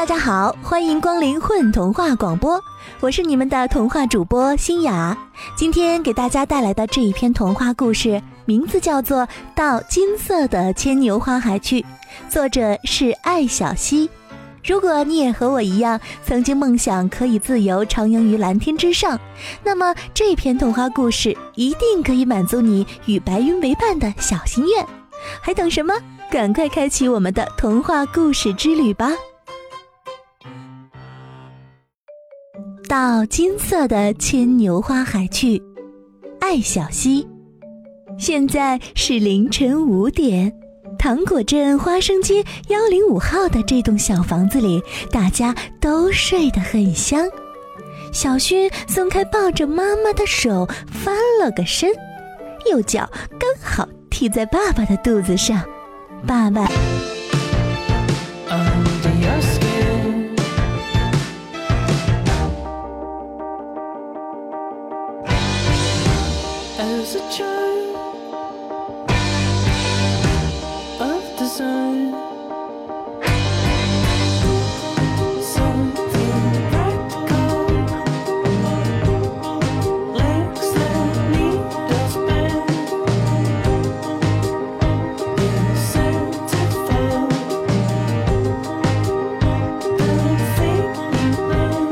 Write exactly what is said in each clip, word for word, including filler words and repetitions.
大家好，欢迎光临混童话广播，我是你们的童话主播欣雅。今天给大家带来的这一篇童话故事，名字叫做《到金色的牵牛花海去》，作者是艾小溪。如果你也和我一样，曾经梦想可以自由徜徉于蓝天之上，那么这篇童话故事一定可以满足你与白云为伴的小心愿。还等什么？赶快开启我们的童话故事之旅吧！到金色的牵牛花海去，艾小溪。现在是凌晨五点，糖果镇花生街一零五号的这栋小房子里，大家都睡得很香。小薰松开抱着妈妈的手，翻了个身，右脚刚好踢在爸爸的肚子上。爸爸 As a child of the sun, something practical, legs that need to spin, incentive, the thing you know.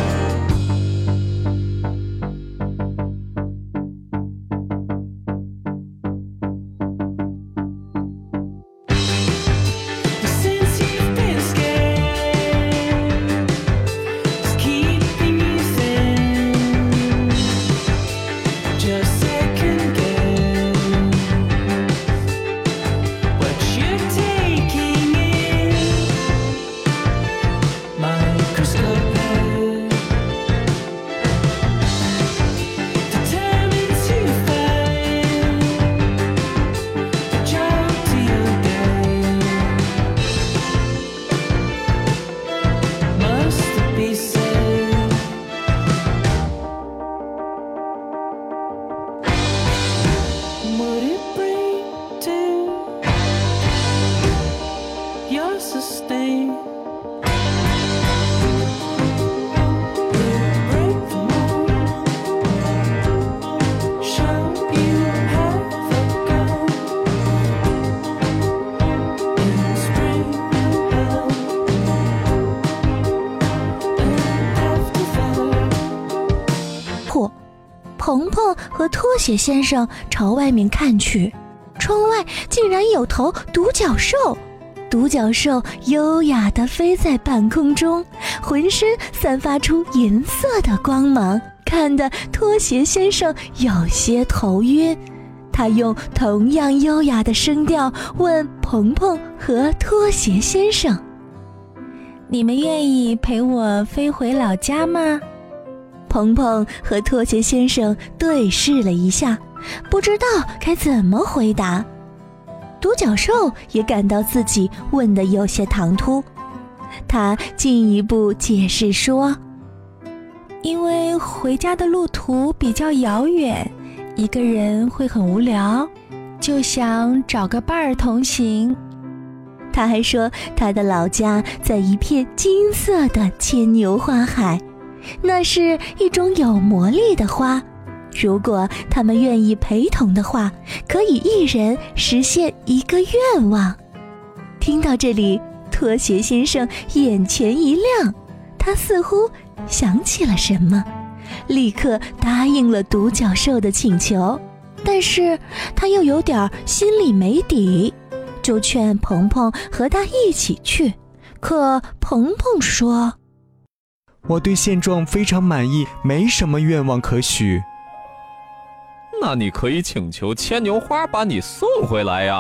鹏鹏和拖鞋先生朝外面看去，窗外竟然有头独角兽。独角兽优雅地飞在半空中，浑身散发出银色的光芒，看得拖鞋先生有些头晕。他用同样优雅的声调问鹏鹏和拖鞋先生：你们愿意陪我飞回老家吗？鹏鹏和拖鞋先生对视了一下，不知道该怎么回答。独角兽也感到自己问得有些唐突，他进一步解释说：因为回家的路途比较遥远，一个人会很无聊，就想找个伴儿同行。他还说他的老家在一片金色的牵牛花海，那是一种有魔力的花，如果他们愿意陪同的话，可以一人实现一个愿望。听到这里，拖鞋先生眼前一亮，他似乎想起了什么，立刻答应了独角兽的请求。但是他又有点心里没底，就劝鹏鹏和他一起去。可鹏鹏说： 我对现状非常满意，没什么愿望可许。 那你可以请求牵牛花把你送回来呀。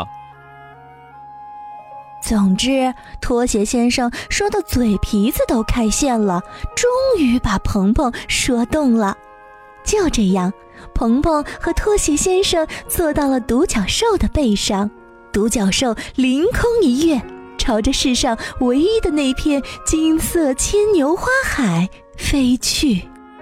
总之，拖鞋先生说的嘴皮子都开线了，终于把鹏鹏说动了。就这样，鹏鹏和拖鞋先生坐到了独角兽的背上，独角兽凌空一跃，朝着世上唯一的那片金色牵牛花海飞去。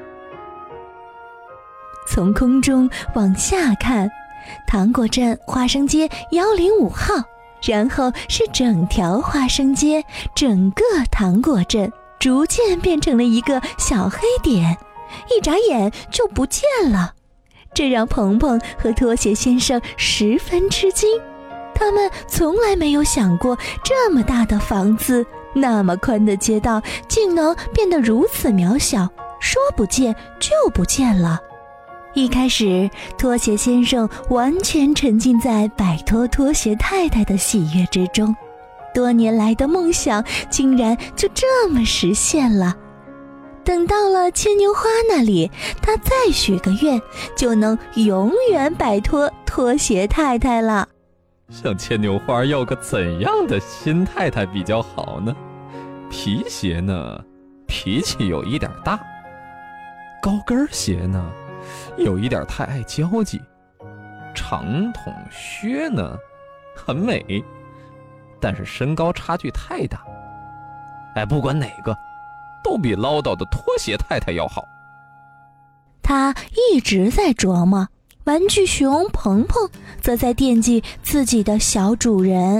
从空中往下看，糖果镇花生街一零五号然后是整条花生街，整个糖果镇逐渐变成了一个小黑点，一眨眼就不见了。这让鹏鹏和拖鞋先生十分吃惊，他们从来没有想过这么大的房子，那么宽的街道竟能变得如此渺小，说不见就不见了。一开始，拖鞋先生完全沉浸在摆脱拖鞋太太的喜悦之中，多年来的梦想竟然就这么实现了。等到了牵牛花那里，他再许个愿，就能永远摆脱拖鞋太太了。 向牵牛花要个怎样的新太太比较好呢？皮鞋呢，脾气有一点大；高跟鞋呢，有一点太爱交际；长筒靴呢，很美，但是身高差距太大。哎，不管哪个，都比唠叨的拖鞋太太要好。 他一直在琢磨，玩具熊鹏鹏则在惦记自己的小主人。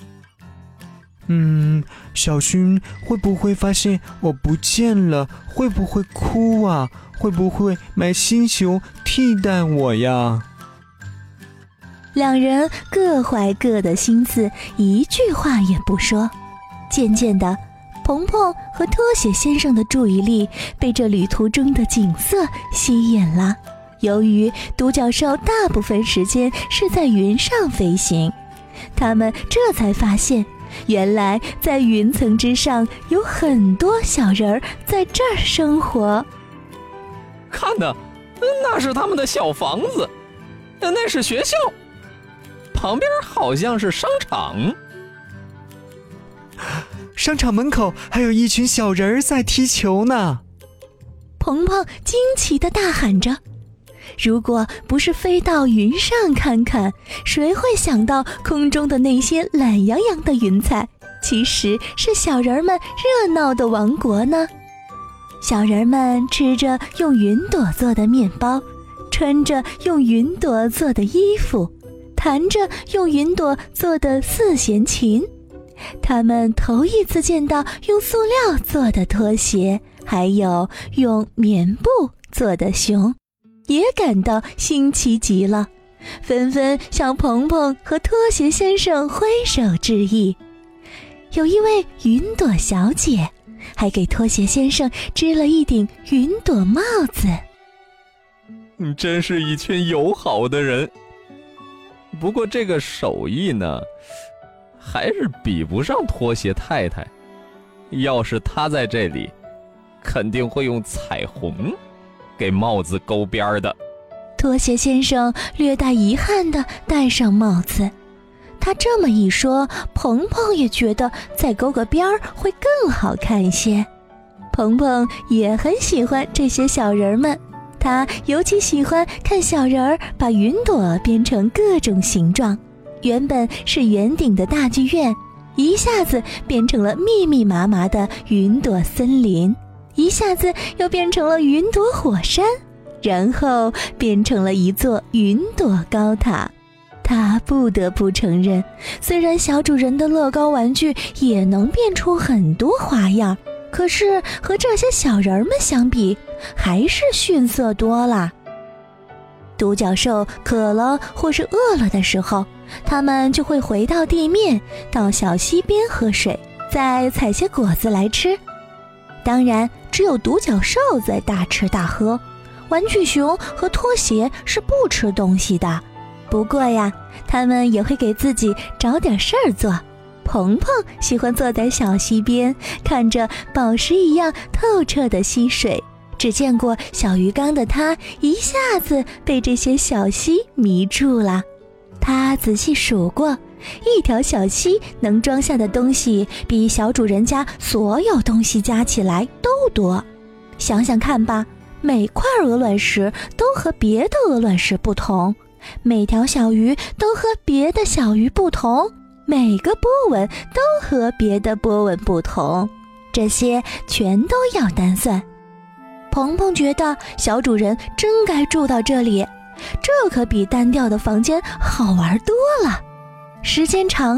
嗯，小薰会不会发现我不见了？会不会哭啊？会不会买新熊替代我呀？ 两人各怀各的心思，一句话也不说。渐渐的，鹏鹏和拖鞋先生的注意力被这旅途中的景色吸引了。由于独角兽大部分时间是在云上飞行，他们这才发现，原来在云层之上有很多小人儿在这儿生活。 看呢，那是他们的小房子，那是学校，旁边好像是商场。 商场门口还有一群小人儿在踢球呢。 鹏鹏惊奇地大喊着，如果不是飞到云上看看，谁会想到空中的那些懒洋洋的云彩其实是小人们热闹的王国呢？小人们吃着用云朵做的面包，穿着用云朵做的衣服，弹着用云朵做的四弦琴。他们头一次见到用塑料做的拖鞋，还有用棉布做的熊，也感到新奇极了，纷纷向鹏鹏和拖鞋先生挥手致意。有一位云朵小姐还给拖鞋先生织了一顶云朵帽子。 你真是一群友好的人。不过这个手艺呢，还是比不上拖鞋太太。要是她在这里，肯定会用彩虹给帽子勾边的。 拖鞋先生略带遗憾地戴上帽子。他这么一说，鹏鹏也觉得再勾个边儿会更好看一些。鹏鹏也很喜欢这些小人们，他尤其喜欢看小人儿把云朵编成各种形状。原本是圆顶的大剧院，一下子变成了密密麻麻的云朵森林，一下子又变成了云朵火山，然后变成了一座云朵高塔。他不得不承认，虽然小主人的乐高玩具也能变出很多花样，可是和这些小人们相比，还是逊色多了。独角兽渴了或是饿了的时候，他们就会回到地面，到小溪边喝水，再采些果子来吃。当然，只有独角兽在大吃大喝，玩具熊和拖鞋是不吃东西的。不过呀，他们也会给自己找点事儿做。鹏鹏喜欢坐在小溪边，看着宝石一样透彻的溪水。只见过小鱼缸的他，一下子被这些小溪迷住了。他仔细数过，一条小溪能装下的东西比小主人家所有东西加起来都多。想想看吧，每块鹅卵石都和别的鹅卵石不同，每条小鱼都和别的小鱼不同，每个波纹都和别的波纹不同，这些全都要单算。鹏鹏觉得小主人真该住到这里，这可比单调的房间好玩多了。时间长了，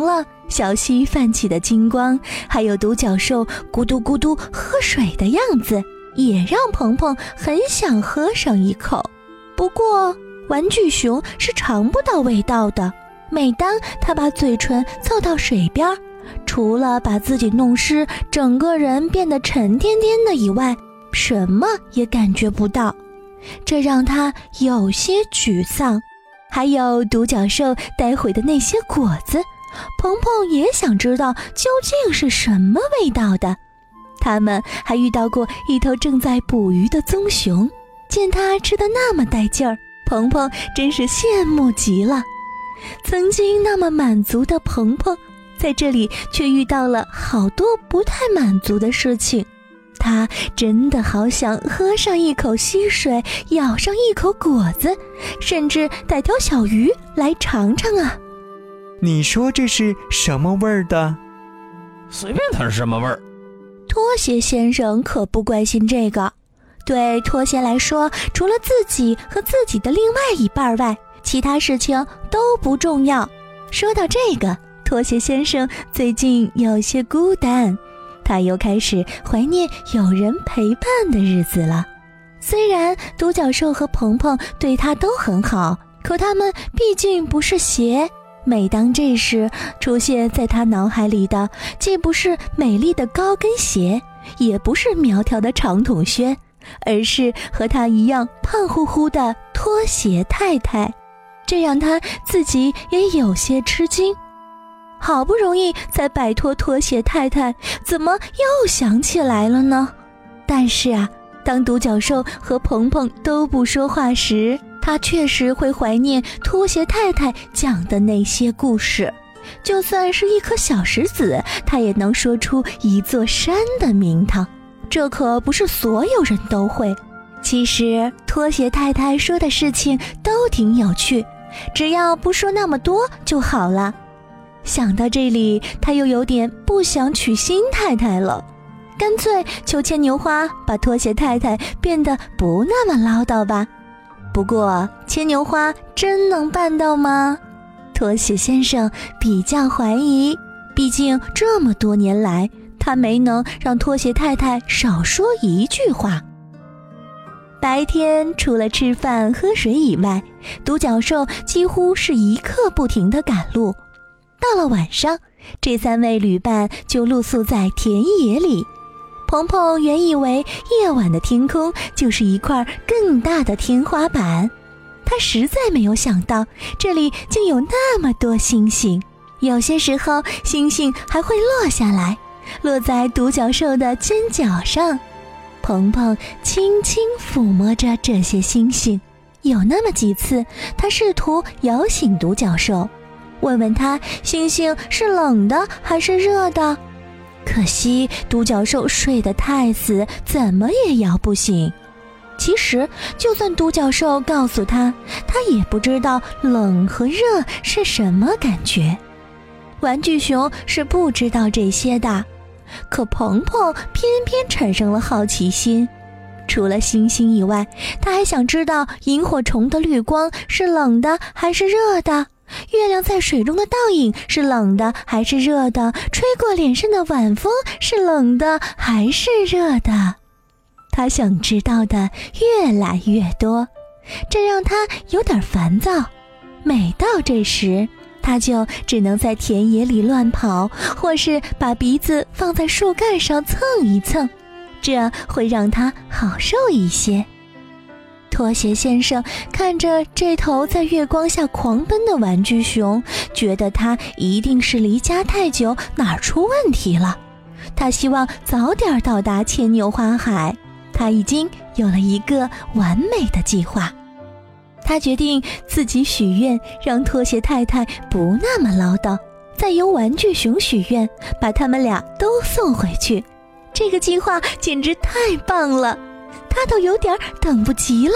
小溪泛起的金光，还有独角兽咕嘟咕嘟喝水的样子，也让鹏鹏很想喝上一口。不过玩具熊是尝不到味道的，每当他把嘴唇凑到水边，除了把自己弄湿，整个人变得沉甸甸的以外，什么也感觉不到，这让他有些沮丧。还有独角兽带回的那些果子，鹏鹏也想知道究竟是什么味道的。他们还遇到过一头正在捕鱼的棕熊，见它吃得那么带劲儿，鹏鹏真是羡慕极了。曾经那么满足的鹏鹏，在这里却遇到了好多不太满足的事情。他真的好想喝上一口溪水，咬上一口果子，甚至逮条小鱼来尝尝啊！ 你说这是什么味儿的？ 随便它是什么味儿。 拖鞋先生可不关心这个，对拖鞋来说，除了自己和自己的另外一半外，其他事情都不重要。说到这个，拖鞋先生最近有些孤单，他又开始怀念有人陪伴的日子了。虽然独角兽和鹏鹏对他都很好，可他们毕竟不是鞋。每当这时，出现在他脑海里的既不是美丽的高跟鞋，也不是苗条的长筒靴，而是和他一样胖乎乎的拖鞋太太，这让他自己也有些吃惊。好不容易才摆脱拖鞋太太，怎么又想起来了呢？但是啊，当独角兽和鹏鹏都不说话时，他确实会怀念拖鞋太太讲的那些故事。就算是一颗小石子，他也能说出一座山的名堂。这可不是所有人都会。其实拖鞋太太说的事情都挺有趣，只要不说那么多就好了。想到这里，他又有点不想娶新太太了，干脆求牵牛花把拖鞋太太变得不那么唠叨吧。不过牵牛花真能办到吗？拖鞋先生比较怀疑，毕竟这么多年来，他没能让拖鞋太太少说一句话。白天除了吃饭喝水以外，独角兽几乎是一刻不停地赶路。到了晚上，这三位旅伴就露宿在田野里。鹏鹏原以为夜晚的天空就是一块更大的天花板，他实在没有想到这里竟有那么多星星，有些时候星星还会落下来，落在独角兽的肩胛上。鹏鹏轻轻抚摸着这些星星，有那么几次他试图摇醒独角兽，问问他星星是冷的还是热的，可惜独角兽睡得太死，怎么也摇不醒。其实就算独角兽告诉他，他也不知道冷和热是什么感觉。玩具熊是不知道这些的，可鹏鹏偏偏产生了好奇心。除了星星以外，他还想知道萤火虫的绿光是冷的还是热的，月亮在水中的倒影是冷的还是热的，吹过脸上的晚风是冷的还是热的。他想知道的越来越多，这让他有点烦躁。每到这时，他就只能在田野里乱跑，或是把鼻子放在树干上蹭一蹭，这会让他好受一些。拖鞋先生看着这头在月光下狂奔的玩具熊，觉得他一定是离家太久，哪儿出问题了。他希望早点到达牵牛花海，他已经有了一个完美的计划。他决定自己许愿，让拖鞋太太不那么唠叨，再由玩具熊许愿，把他们俩都送回去。这个计划简直太棒了，他都有点等不及了。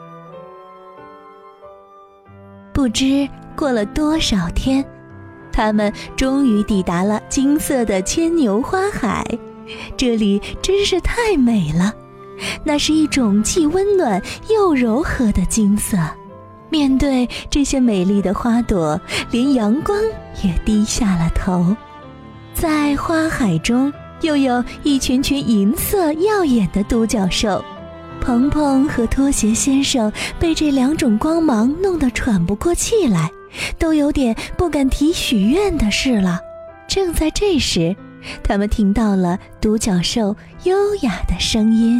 不知过了多少天，他们终于抵达了金色的牵牛花海。这里真是太美了，那是一种既温暖又柔和的金色。面对这些美丽的花朵，连阳光也低下了头。 在花海中又有一群群银色耀眼的独角兽。鹏鹏和拖鞋先生被这两种光芒弄得喘不过气来，都有点不敢提许愿的事了。正在这时，他们听到了独角兽优雅的声音：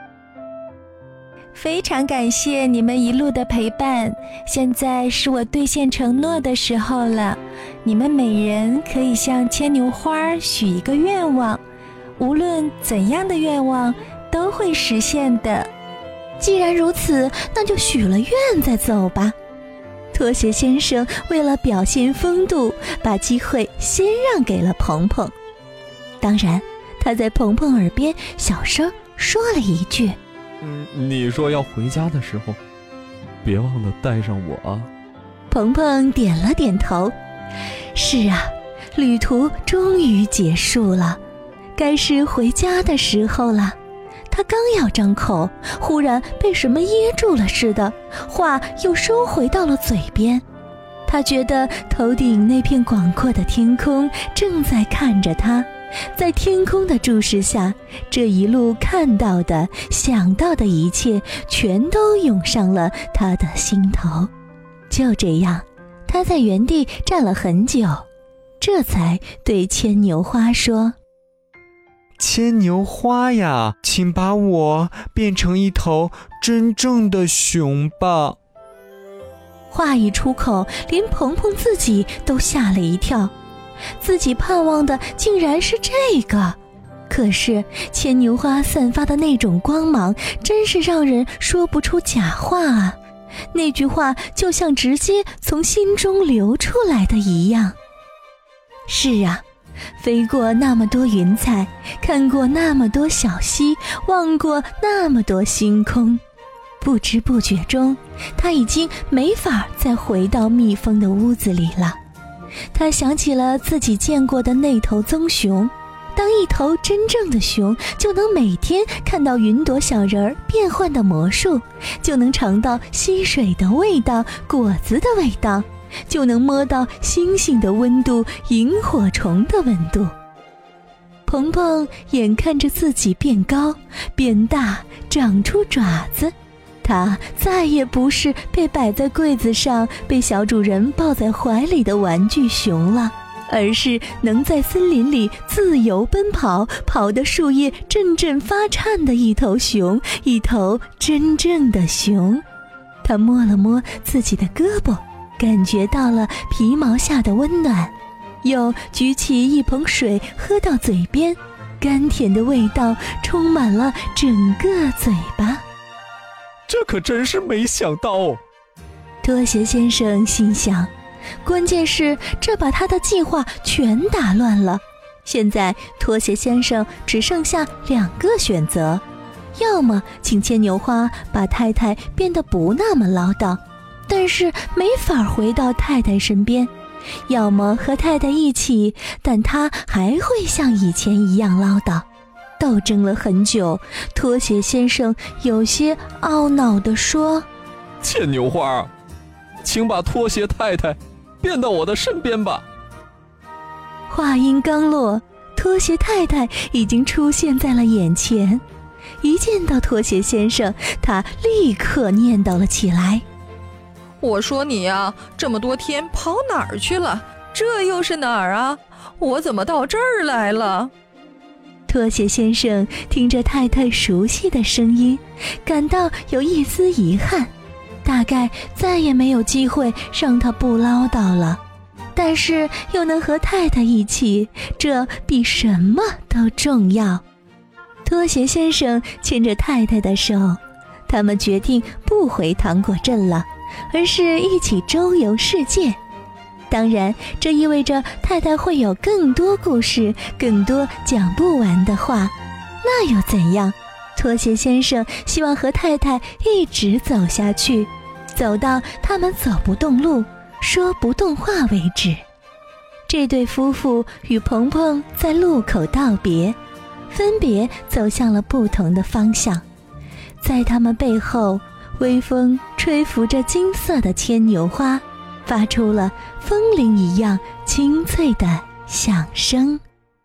非常感谢你们一路的陪伴，现在是我兑现承诺的时候了。你们每人可以向牵牛花许一个愿望，无论怎样的愿望都会实现的。既然如此，那就许了愿再走吧。拖鞋先生为了表现风度，把机会先让给了鹏鹏。当然，他在鹏鹏耳边小声说了一句： 嗯，你说要回家的时候，别忘了带上我啊。 鹏鹏点了点头。是啊，旅途终于结束了，该是回家的时候了。他刚要张口，忽然被什么噎住了似的，话又收回到了嘴边。他觉得头顶那片广阔的天空正在看着他，在天空的注视下，这一路看到的、想到的一切全都涌上了他的心头。就这样，他在原地站了很久，这才对牵牛花说： 牵牛花呀，请把我变成一头真正的熊吧。 话一出口，连鹏鹏自己都吓了一跳，自己盼望的竟然是这个。可是牵牛花散发的那种光芒，真是让人说不出假话啊！那句话就像直接从心中流出来的一样。是啊，飞过那么多云彩，看过那么多小溪，望过那么多星空，不知不觉中，他已经没法再回到蜜蜂的屋子里了。他想起了自己见过的那头棕熊，当一头真正的熊，就能每天看到云朵小人儿变换的魔术，就能尝到溪水的味道、果子的味道，就能摸到星星的温度、萤火虫的温度。鹏鹏眼看着自己变高、变大，长出爪子，他再也不是被摆在柜子上、被小主人抱在怀里的玩具熊了，而是能在森林里自由奔跑，跑得树叶阵阵发颤的一头熊，一头真正的熊。他摸了摸自己的胳膊，感觉到了皮毛下的温暖，又举起一盆水喝到嘴边，甘甜的味道充满了整个嘴巴。 这可真是没想到哦。 拖鞋先生心想，关键是这把他的计划全打乱了。现在拖鞋先生只剩下两个选择，要么请牵牛花把太太变得不那么唠叨，但是没法回到太太身边，要么和太太一起，但他还会像以前一样唠叨。斗争了很久，拖鞋先生有些懊恼地说： 牵牛花，请把拖鞋太太变到我的身边吧。 话音刚落，拖鞋太太已经出现在了眼前。一见到拖鞋先生，他立刻念叨了起来： 我说你呀，这么多天跑哪儿去了？这又是哪儿啊？我怎么到这儿来了？ 拖鞋先生听着太太熟悉的声音，感到有一丝遗憾，大概再也没有机会让他不唠叨了。但是又能和太太一起，这比什么都重要。拖鞋先生牵着太太的手，他们决定不回糖果镇了，而是一起周游世界。当然，这意味着太太会有更多故事，更多讲不完的话。那又怎样？拖鞋先生希望和太太一直走下去，走到他们走不动路、说不动话为止。这对夫妇与鹏鹏在路口道别，分别走向了不同的方向。在他们背后，微风吹拂着金色的牵牛花，发出了风铃一样清脆的响声。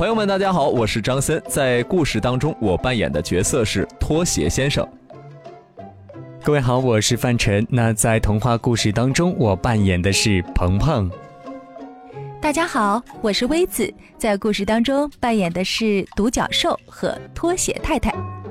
朋友们，大家好，我是张森，在故事当中，我扮演的角色是拖鞋先生。 各位好，我是范晨。那在童话故事当中，我扮演的是鹏鹏。 大家好，我是薇子，在故事当中扮演的是独角兽和拖鞋太太。